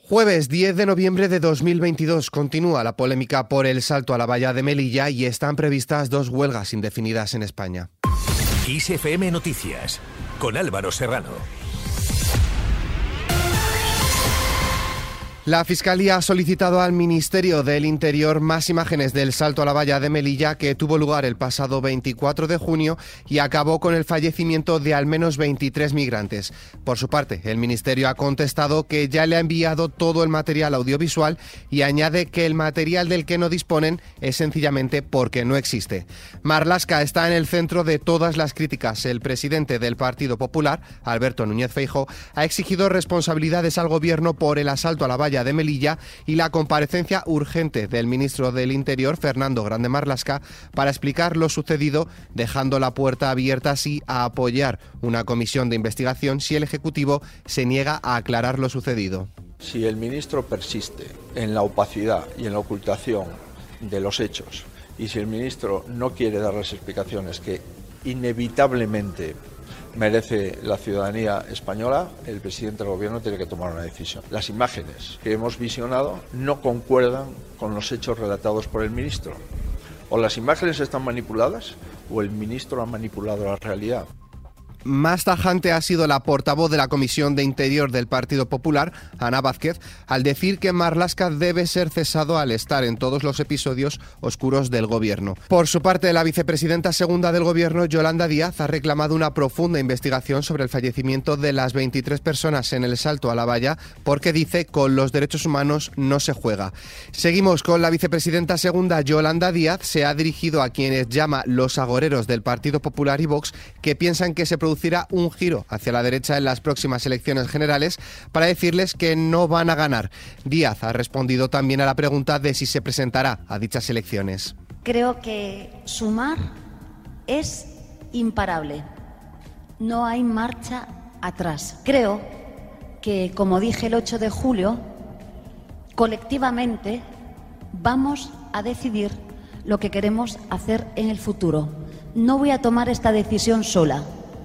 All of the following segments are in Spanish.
Jueves 10 de noviembre de 2022 continúa la polémica por el salto a la valla de Melilla y están previstas 2 huelgas indefinidas en España. XFM Noticias, con Álvaro Serrano. La Fiscalía ha solicitado al Ministerio del Interior más imágenes del salto a la valla de Melilla que tuvo lugar el pasado 24 de junio y acabó con el fallecimiento de al menos 23 migrantes. Por su parte, el Ministerio ha contestado que ya le ha enviado todo el material audiovisual y añade que el material del que no disponen es sencillamente porque no existe. Marlaska está en el centro de todas las críticas. El presidente del Partido Popular, Alberto Núñez Feijóo, ha exigido responsabilidades al Gobierno por el asalto a la valla de Melilla y la comparecencia urgente del ministro del Interior, Fernando Grande Marlaska, para explicar lo sucedido, dejando la puerta abierta así a apoyar una comisión de investigación si el Ejecutivo se niega a aclarar lo sucedido. Si el ministro persiste en la opacidad y en la ocultación de los hechos, y si el ministro no quiere dar las explicaciones que inevitablemente merece la ciudadanía española, el presidente del Gobierno tiene que tomar una decisión. Las imágenes que hemos visionado no concuerdan con los hechos relatados por el ministro. O las imágenes están manipuladas o el ministro ha manipulado la realidad. Más tajante ha sido la portavoz de la Comisión de Interior del Partido Popular, Ana Vázquez, al decir que Marlaska debe ser cesado al estar en todos los episodios oscuros del Gobierno. Por su parte, la vicepresidenta segunda del Gobierno, Yolanda Díaz, ha reclamado una profunda investigación sobre el fallecimiento de las 23 personas en el salto a la valla, porque dice con los derechos humanos no se juega. Seguimos con la vicepresidenta segunda, Yolanda Díaz, se ha dirigido a quienes llama los agoreros del Partido Popular y Vox, que piensan que se producirá un giro hacia la derecha en las próximas elecciones generales, para decirles que no van a ganar. Díaz ha respondido también a la pregunta de si se presentará a dichas elecciones. Creo que Sumar es imparable. No hay marcha atrás. Creo que, como dije el 8 de julio, colectivamente vamos a decidir lo que queremos hacer en el futuro. No voy a tomar esta decisión sola.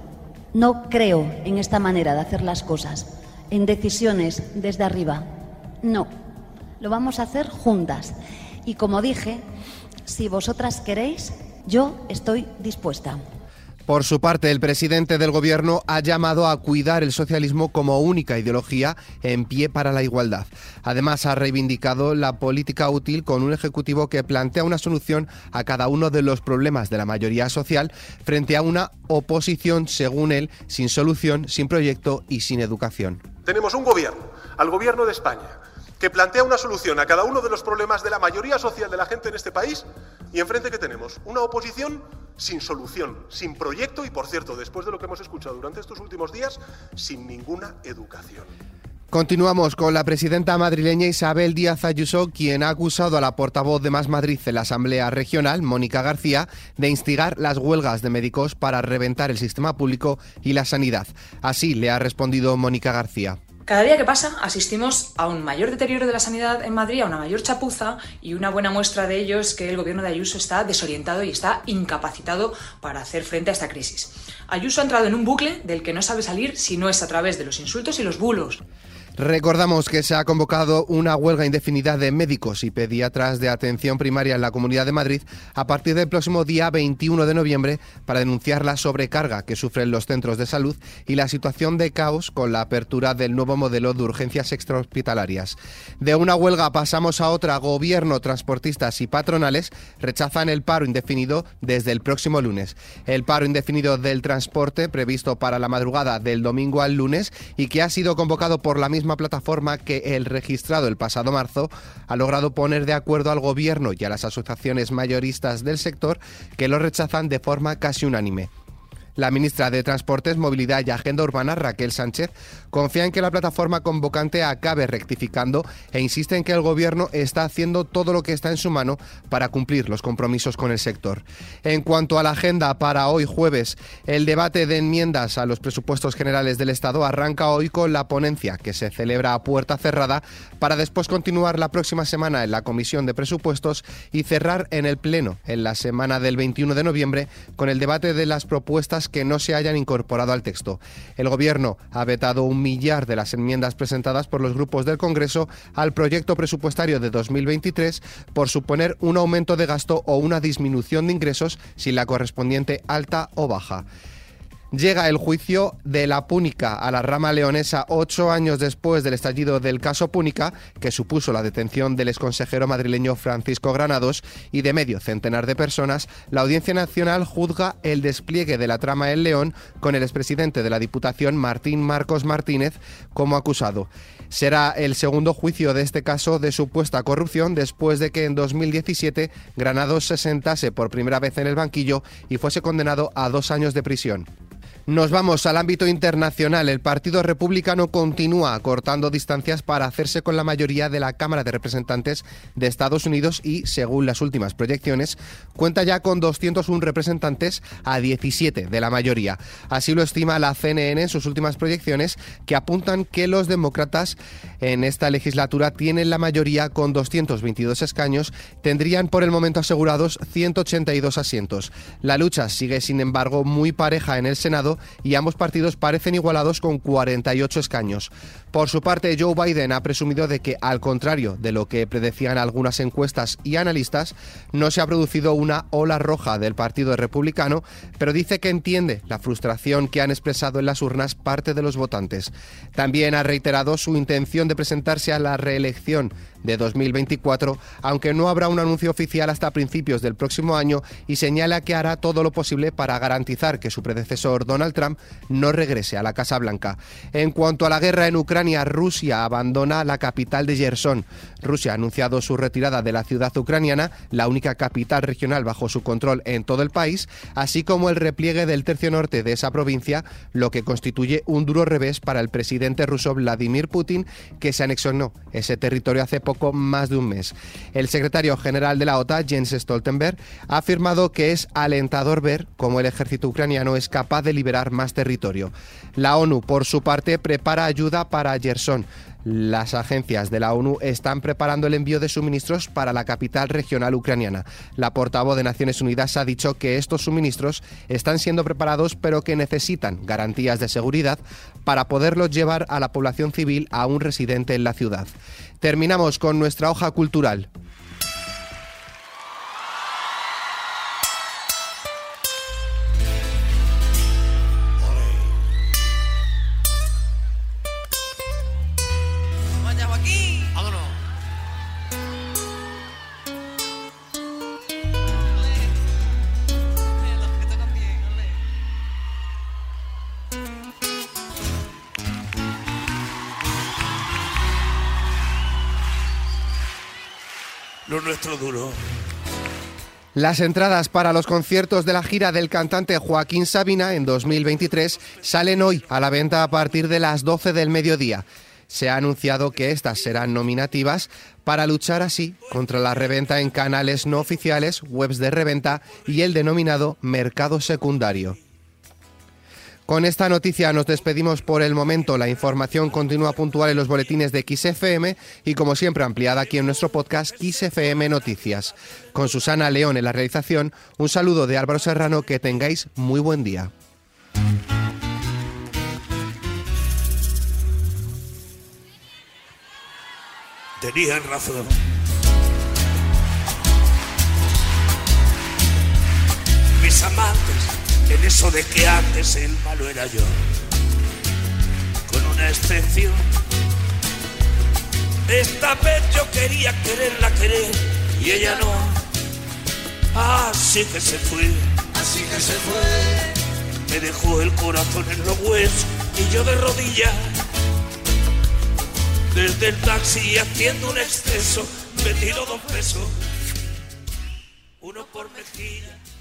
No creo en esta manera de hacer las cosas, en decisiones desde arriba. No, lo vamos a hacer juntas. Y como dije, si vosotras queréis, yo estoy dispuesta. Por su parte, el presidente del Gobierno ha llamado a cuidar el socialismo como única ideología en pie para la igualdad. Además, ha reivindicado la política útil con un ejecutivo que plantea una solución a cada uno de los problemas de la mayoría social frente a una oposición, según él, sin solución, sin proyecto y sin educación. Tenemos un gobierno, al Gobierno de España, que plantea una solución a cada uno de los problemas de la mayoría social de la gente en este país, y enfrente que tenemos una oposición sin solución, sin proyecto y, por cierto, después de lo que hemos escuchado durante estos últimos días, sin ninguna educación. Continuamos con la presidenta madrileña Isabel Díaz Ayuso, quien ha acusado a la portavoz de Más Madrid en la Asamblea Regional, Mónica García, de instigar las huelgas de médicos para reventar el sistema público y la sanidad. Así le ha respondido Mónica García. Cada día que pasa asistimos a un mayor deterioro de la sanidad en Madrid, a una mayor chapuza, y una buena muestra de ello es que el gobierno de Ayuso está desorientado y está incapacitado para hacer frente a esta crisis. Ayuso ha entrado en un bucle del que no sabe salir si no es a través de los insultos y los bulos. Recordamos que se ha convocado una huelga indefinida de médicos y pediatras de atención primaria en la Comunidad de Madrid a partir del próximo día 21 de noviembre para denunciar la sobrecarga que sufren los centros de salud y la situación de caos con la apertura del nuevo modelo de urgencias extrahospitalarias. De una huelga pasamos a otra. Gobierno, transportistas y patronales rechazan el paro indefinido desde el próximo lunes. El paro indefinido del transporte, previsto para la madrugada del domingo al lunes y que ha sido convocado por la misma plataforma que el registrado el pasado marzo, ha logrado poner de acuerdo al Gobierno y a las asociaciones mayoristas del sector, que lo rechazan de forma casi unánime. La ministra de Transportes, Movilidad y Agenda Urbana, Raquel Sánchez, confía en que la plataforma convocante acabe rectificando e insiste en que el Gobierno está haciendo todo lo que está en su mano para cumplir los compromisos con el sector. En cuanto a la agenda para hoy jueves, el debate de enmiendas a los presupuestos generales del Estado arranca hoy con la ponencia, que se celebra a puerta cerrada, para después continuar la próxima semana en la Comisión de Presupuestos y cerrar en el Pleno en la semana del 21 de noviembre con el debate de las propuestas que no se hayan incorporado al texto. El Gobierno ha vetado un millar de las enmiendas presentadas por los grupos del Congreso al proyecto presupuestario de 2023 por suponer un aumento de gasto o una disminución de ingresos sin la correspondiente alta o baja. Llega el juicio de la Púnica a la rama leonesa 8 años después del estallido del caso Púnica, que supuso la detención del exconsejero madrileño Francisco Granados y de medio centenar de personas. La Audiencia Nacional juzga el despliegue de la trama en León con el expresidente de la Diputación, Martín Marcos Martínez, como acusado. Será el segundo juicio de este caso de supuesta corrupción después de que en 2017 Granados se sentase por primera vez en el banquillo y fuese condenado a 2 años de prisión. Nos vamos al ámbito internacional. El Partido Republicano continúa acortando distancias para hacerse con la mayoría de la Cámara de Representantes de Estados Unidos y, según las últimas proyecciones, cuenta ya con 201 representantes a 17 de la mayoría. Así lo estima la CNN en sus últimas proyecciones, que apuntan que los demócratas en esta legislatura tienen la mayoría con 222 escaños, tendrían por el momento asegurados 182 asientos. La lucha sigue, sin embargo, muy pareja en el Senado y ambos partidos parecen igualados con 48 escaños. Por su parte, Joe Biden ha presumido de que, al contrario de lo que predecían algunas encuestas y analistas, no se ha producido una ola roja del Partido Republicano, pero dice que entiende la frustración que han expresado en las urnas parte de los votantes. También ha reiterado su intención de presentarse a la reelección de 2024, aunque no habrá un anuncio oficial hasta principios del próximo año, y señala que hará todo lo posible para garantizar que su predecesor Donald Trump no regrese a la Casa Blanca. En cuanto a la guerra en Ucrania, Rusia abandona la capital de Jersón. Rusia ha anunciado su retirada de la ciudad ucraniana, la única capital regional bajo su control en todo el país, así como el repliegue del tercio norte de esa provincia, lo que constituye un duro revés para el presidente ruso Vladimir Putin, que se anexionó ese territorio hace poco más de un mes. El secretario general de la OTAN, Jens Stoltenberg, ha afirmado que es alentador ver cómo el ejército ucraniano es capaz de liberar más territorio. La ONU, por su parte, prepara ayuda para Jersón. Las agencias de la ONU están preparando el envío de suministros para la capital regional ucraniana. La portavoz de Naciones Unidas ha dicho que estos suministros están siendo preparados, pero que necesitan garantías de seguridad para poderlos llevar a la población civil aún residente en la ciudad. Terminamos con nuestra hoja cultural. Lo nuestro duro. Las entradas para los conciertos de la gira del cantante Joaquín Sabina en 2023 salen hoy a la venta a partir de las 12 del mediodía. Se ha anunciado que estas serán nominativas para luchar así contra la reventa en canales no oficiales, webs de reventa y el denominado mercado secundario. Con esta noticia nos despedimos por el momento. La información continúa puntual en los boletines de XFM y, como siempre, ampliada aquí en nuestro podcast XFM Noticias. Con Susana León en la realización, un saludo de Álvaro Serrano, que tengáis muy buen día. Tenían razón. Mis amantes, en eso de que antes el malo era yo, con una excepción. Esta vez yo quería quererla querer y ella no. Así que se fue. Así que se fue. Me dejó el corazón en los huesos y yo de rodillas, desde el taxi haciendo un exceso, metido 2 pesos, uno por mejilla.